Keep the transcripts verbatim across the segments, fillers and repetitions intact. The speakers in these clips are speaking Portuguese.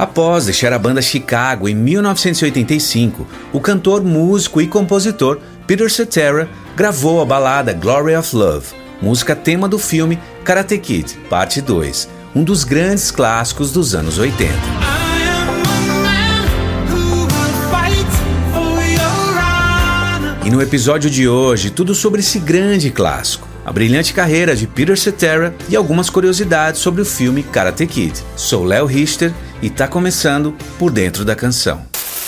Após deixar a banda Chicago em mil novecentos e oitenta e cinco, o cantor, músico e compositor Peter Cetera gravou a balada Glory of Love, música tema do filme Karate Kid, parte dois, um dos grandes clássicos dos anos oitenta. E no episódio de hoje, tudo sobre esse grande clássico, a brilhante carreira de Peter Cetera e algumas curiosidades sobre o filme Karate Kid. Sou Léo Richter e tá começando Por Dentro da Canção.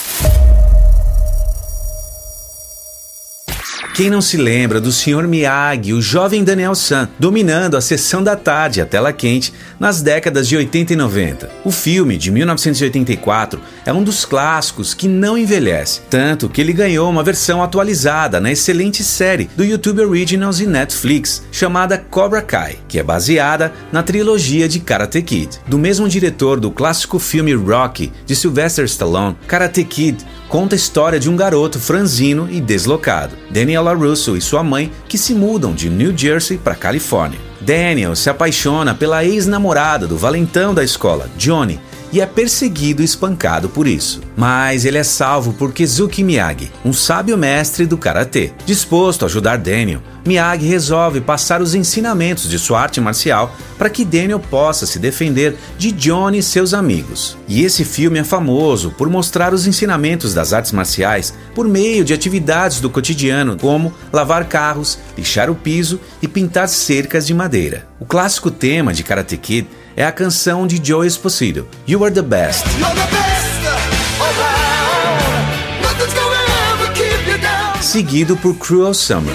Quem não se lembra do senhor Miyagi, o jovem Daniel San, dominando a sessão da tarde, a tela quente, nas décadas de oitenta e noventa? O filme, de mil novecentos e oitenta e quatro, é um dos clássicos que não envelhece, tanto que ele ganhou uma versão atualizada na excelente série do YouTube Originals e Netflix, chamada Cobra Kai, que é baseada na trilogia de Karate Kid. Do mesmo diretor do clássico filme Rocky, de Sylvester Stallone, Karate Kid conta a história de um garoto franzino e deslocado, Daniel LaRusso, e sua mãe, que se mudam de New Jersey para Califórnia. Daniel se apaixona pela ex-namorada do valentão da escola, Johnny, e é perseguido e espancado por isso. Mas ele é salvo por Keisuke Miyagi, um sábio mestre do karatê. Disposto a ajudar Daniel, Miyagi resolve passar os ensinamentos de sua arte marcial para que Daniel possa se defender de Johnny e seus amigos. E esse filme é famoso por mostrar os ensinamentos das artes marciais por meio de atividades do cotidiano, como lavar carros, lixar o piso e pintar cercas de madeira. O clássico tema de Karate Kid é a canção de Joe Esposito, You Are the Best, seguido por Cruel Summer.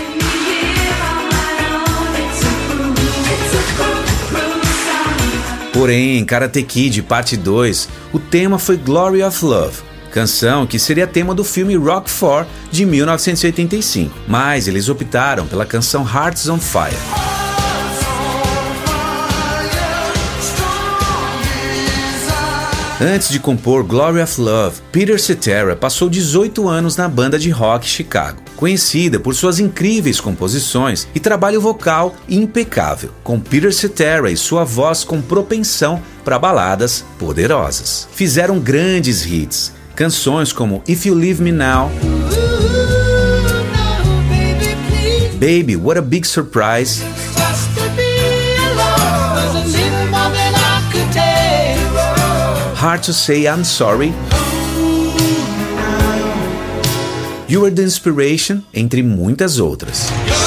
Porém, em Karate Kid Parte dois, o tema foi Glory of Love, canção que seria tema do filme Rocky quatro de mil novecentos e oitenta e cinco, mas eles optaram pela canção Hearts on Fire. Antes de compor Glory of Love, Peter Cetera passou dezoito anos na banda de rock Chicago, conhecida por suas incríveis composições e trabalho vocal impecável, com Peter Cetera e sua voz com propensão para baladas poderosas. Fizeram grandes hits, canções como If You Leave Me Now, Baby, What a Big Surprise, Hard to Say I'm Sorry, You Are the Inspiration, entre muitas outras.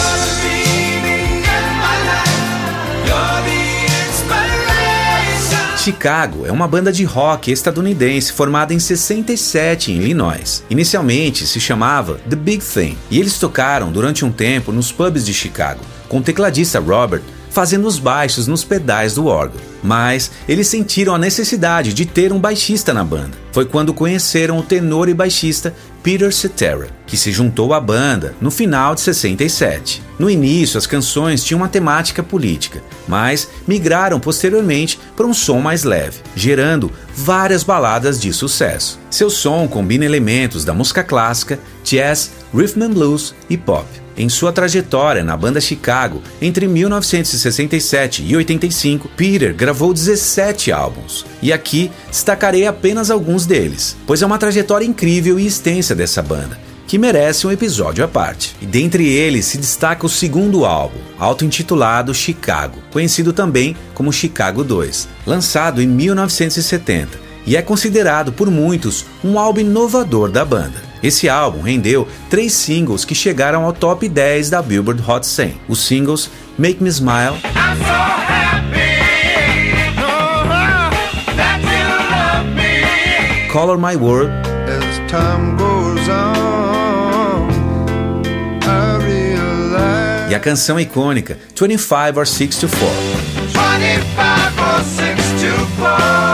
Chicago é uma banda de rock estadunidense formada em sessenta e sete em Illinois. Inicialmente se chamava The Big Thing, e eles tocaram durante um tempo nos pubs de Chicago, com o tecladista Robert fazendo os baixos nos pedais do órgão. Mas eles sentiram a necessidade de ter um baixista na banda. Foi quando conheceram o tenor e baixista Peter Cetera, que se juntou à banda no final de sessenta e sete. No início, as canções tinham uma temática política, mas migraram posteriormente para um som mais leve, gerando várias baladas de sucesso. Seu som combina elementos da música clássica, jazz, rhythm and blues e pop. Em sua trajetória na banda Chicago, entre mil novecentos e sessenta e sete e oitenta e cinco, Peter gravou dezessete álbuns. E aqui destacarei apenas alguns deles, pois é uma trajetória incrível e extensa dessa banda, que merece um episódio à parte. E dentre eles se destaca o segundo álbum, auto-intitulado Chicago, conhecido também como Chicago dois, lançado em mil novecentos e setenta, e é considerado por muitos um álbum inovador da banda. Esse álbum rendeu três singles que chegaram ao top dez da Billboard Hot cem. Os singles Make Me Smile, I'm so happy, that you love me, Color My World, As time goes on, I realize, e a canção icônica twenty-five or six to four. twenty-five or six to four.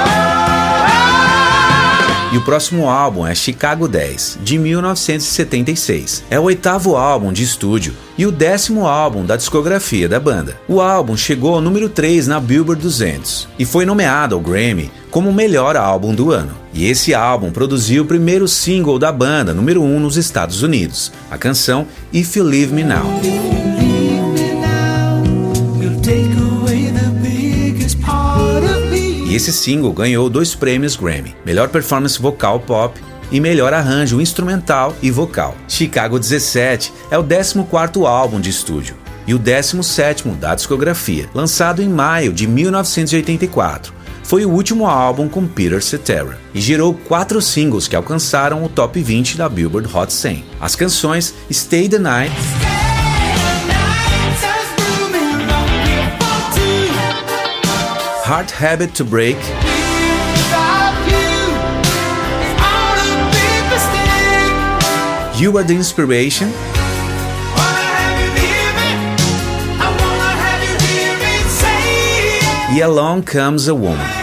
E o próximo álbum é Chicago dez, de mil novecentos e setenta e seis. É o oitavo álbum de estúdio e o décimo álbum da discografia da banda. O álbum chegou ao número três na Billboard duzentos e foi nomeado ao Grammy como o melhor álbum do ano. E esse álbum produziu o primeiro single da banda, número um nos Estados Unidos, a canção If You Leave Me Now. E esse single ganhou dois prêmios Grammy, melhor performance vocal pop e melhor arranjo instrumental e vocal. Chicago dezessete é o décimo quarto álbum de estúdio e o décimo sétimo da discografia, lançado em maio de mil novecentos e oitenta e quatro. Foi o último álbum com Peter Cetera e gerou quatro singles que alcançaram o top vinte da Billboard Hot cem. As canções Stay the Night, Hard Habit to Break You Are the Inspiration e Along Comes a Woman.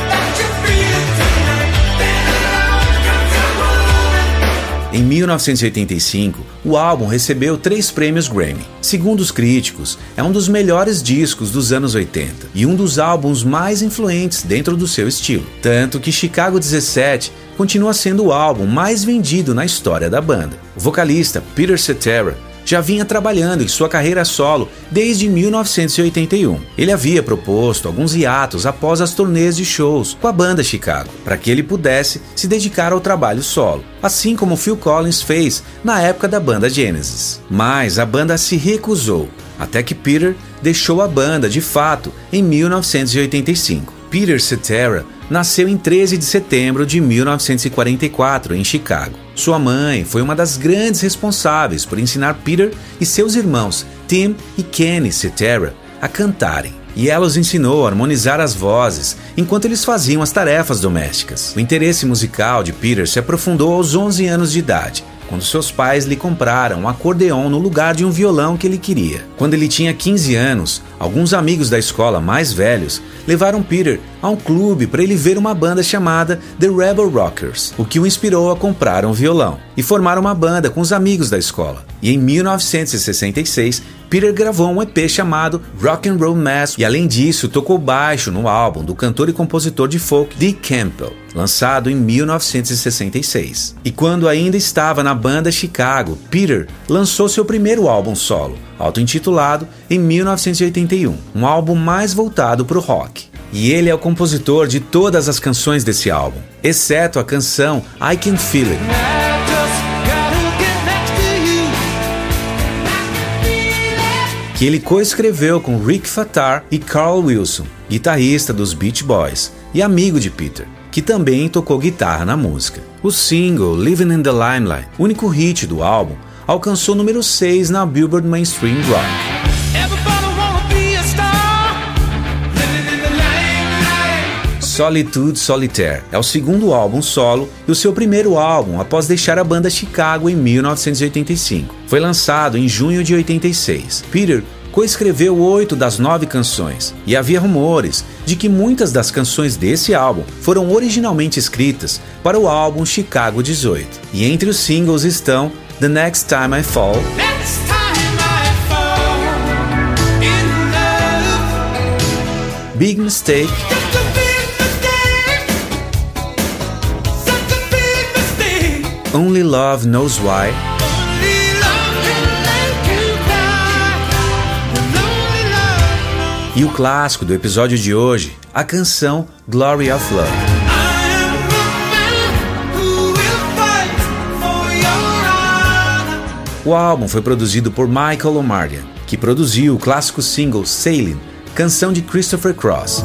Em mil novecentos e oitenta e cinco, o álbum recebeu três prêmios Grammy. Segundo os críticos, é um dos melhores discos dos anos oitenta e um dos álbuns mais influentes dentro do seu estilo. Tanto que Chicago dezessete continua sendo o álbum mais vendido na história da banda. O vocalista Peter Cetera já vinha trabalhando em sua carreira solo desde mil novecentos e oitenta e um. Ele havia proposto alguns hiatos após as turnês de shows com a banda Chicago, para que ele pudesse se dedicar ao trabalho solo, assim como Phil Collins fez na época da banda Genesis. Mas a banda se recusou, até que Peter deixou a banda de fato em mil novecentos e oitenta e cinco. Peter Cetera nasceu em treze de setembro de mil novecentos e quarenta e quatro, em Chicago. Sua mãe foi uma das grandes responsáveis por ensinar Peter e seus irmãos, Tim e Kenny Cetera, a cantarem. E ela os ensinou a harmonizar as vozes enquanto eles faziam as tarefas domésticas. O interesse musical de Peter se aprofundou aos onze anos de idade, quando seus pais lhe compraram um acordeon no lugar de um violão que ele queria. Quando ele tinha quinze anos, alguns amigos da escola mais velhos levaram Peter a um clube para ele ver uma banda chamada The Rebel Rockers, o que o inspirou a comprar um violão e formar uma banda com os amigos da escola. E em mil novecentos e sessenta e seis, Peter gravou um E P chamado Rock and Roll Mass e, além disso, tocou baixo no álbum do cantor e compositor de folk Dick Campbell, lançado em mil novecentos e sessenta e seis. E quando ainda estava na banda Chicago, Peter lançou seu primeiro álbum solo, auto-intitulado, em mil novecentos e oitenta e um, um álbum mais voltado para o rock. E ele é o compositor de todas as canções desse álbum, exceto a canção I Can Feel It, que ele coescreveu com Rick Fatar e Carl Wilson, guitarrista dos Beach Boys e amigo de Peter, que também tocou guitarra na música. O single Living in the Limelight, único hit do álbum, alcançou o número seis na Billboard Mainstream Rock. Solitude Solitaire é o segundo álbum solo e o seu primeiro álbum após deixar a banda Chicago em mil novecentos e oitenta e cinco. Foi lançado em junho de oitenta e seis. Peter coescreveu oito das nove canções e havia rumores de que muitas das canções desse álbum foram originalmente escritas para o álbum Chicago dezoito. E entre os singles estão The Next Time I Fall, Big Mistake Only Love Knows Why e o clássico do episódio de hoje, a canção Glory of Love. O álbum foi produzido por Michael Omardian, que produziu o clássico single Sailing, canção de Christopher Cross.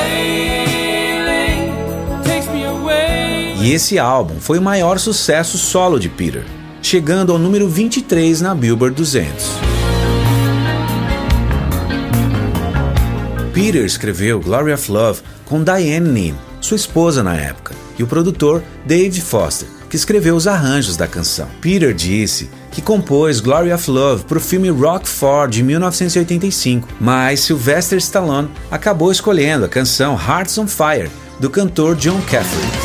E esse álbum foi o maior sucesso solo de Peter, chegando ao número vinte e três na Billboard duzentos. Peter escreveu Glory of Love com Diane Neal, sua esposa na época, e o produtor Dave Foster, que escreveu os arranjos da canção. Peter disse que compôs Glory of Love para o filme Rock four de mil novecentos e oitenta e cinco, mas Sylvester Stallone acabou escolhendo a canção Hearts on Fire, do cantor John Cafferty.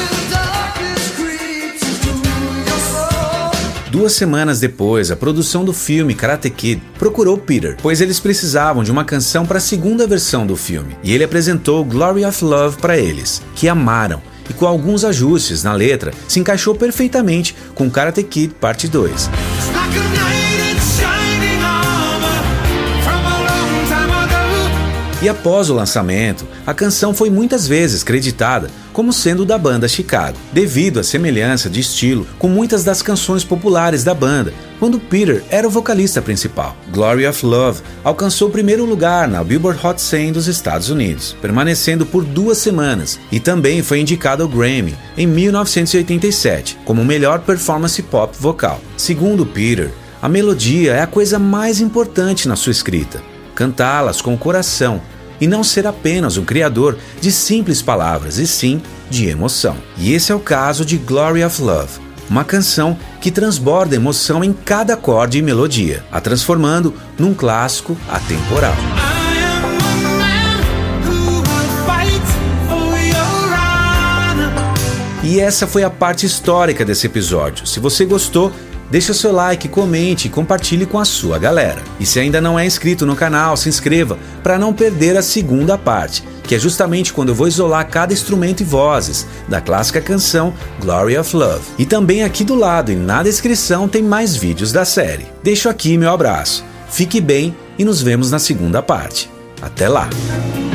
Duas semanas depois, a produção do filme Karate Kid procurou Peter, pois eles precisavam de uma canção para a segunda versão do filme, e ele apresentou Glory of Love para eles, que amaram, e com alguns ajustes na letra, se encaixou perfeitamente com Karate Kid Parte dois. E após o lançamento, a canção foi muitas vezes creditada como sendo da banda Chicago, devido à semelhança de estilo com muitas das canções populares da banda, quando Peter era o vocalista principal. Glory of Love alcançou o primeiro lugar na Billboard Hot cem dos Estados Unidos, permanecendo por duas semanas, e também foi indicado ao Grammy em mil novecentos e oitenta e sete como melhor performance pop vocal. Segundo Peter, a melodia é a coisa mais importante na sua escrita. Cantá-las com o coração e não ser apenas um criador de simples palavras, e sim de emoção. E esse é o caso de Glory of Love, uma canção que transborda emoção em cada acorde e melodia, a transformando num clássico atemporal. E essa foi a parte histórica desse episódio. Se você gostou, deixa seu like, comente e compartilhe com a sua galera. E se ainda não é inscrito no canal, se inscreva para não perder a segunda parte, que é justamente quando eu vou isolar cada instrumento e vozes da clássica canção Glory of Love. E também aqui do lado e na descrição tem mais vídeos da série. Deixo aqui meu abraço. Fique bem e nos vemos na segunda parte. Até lá!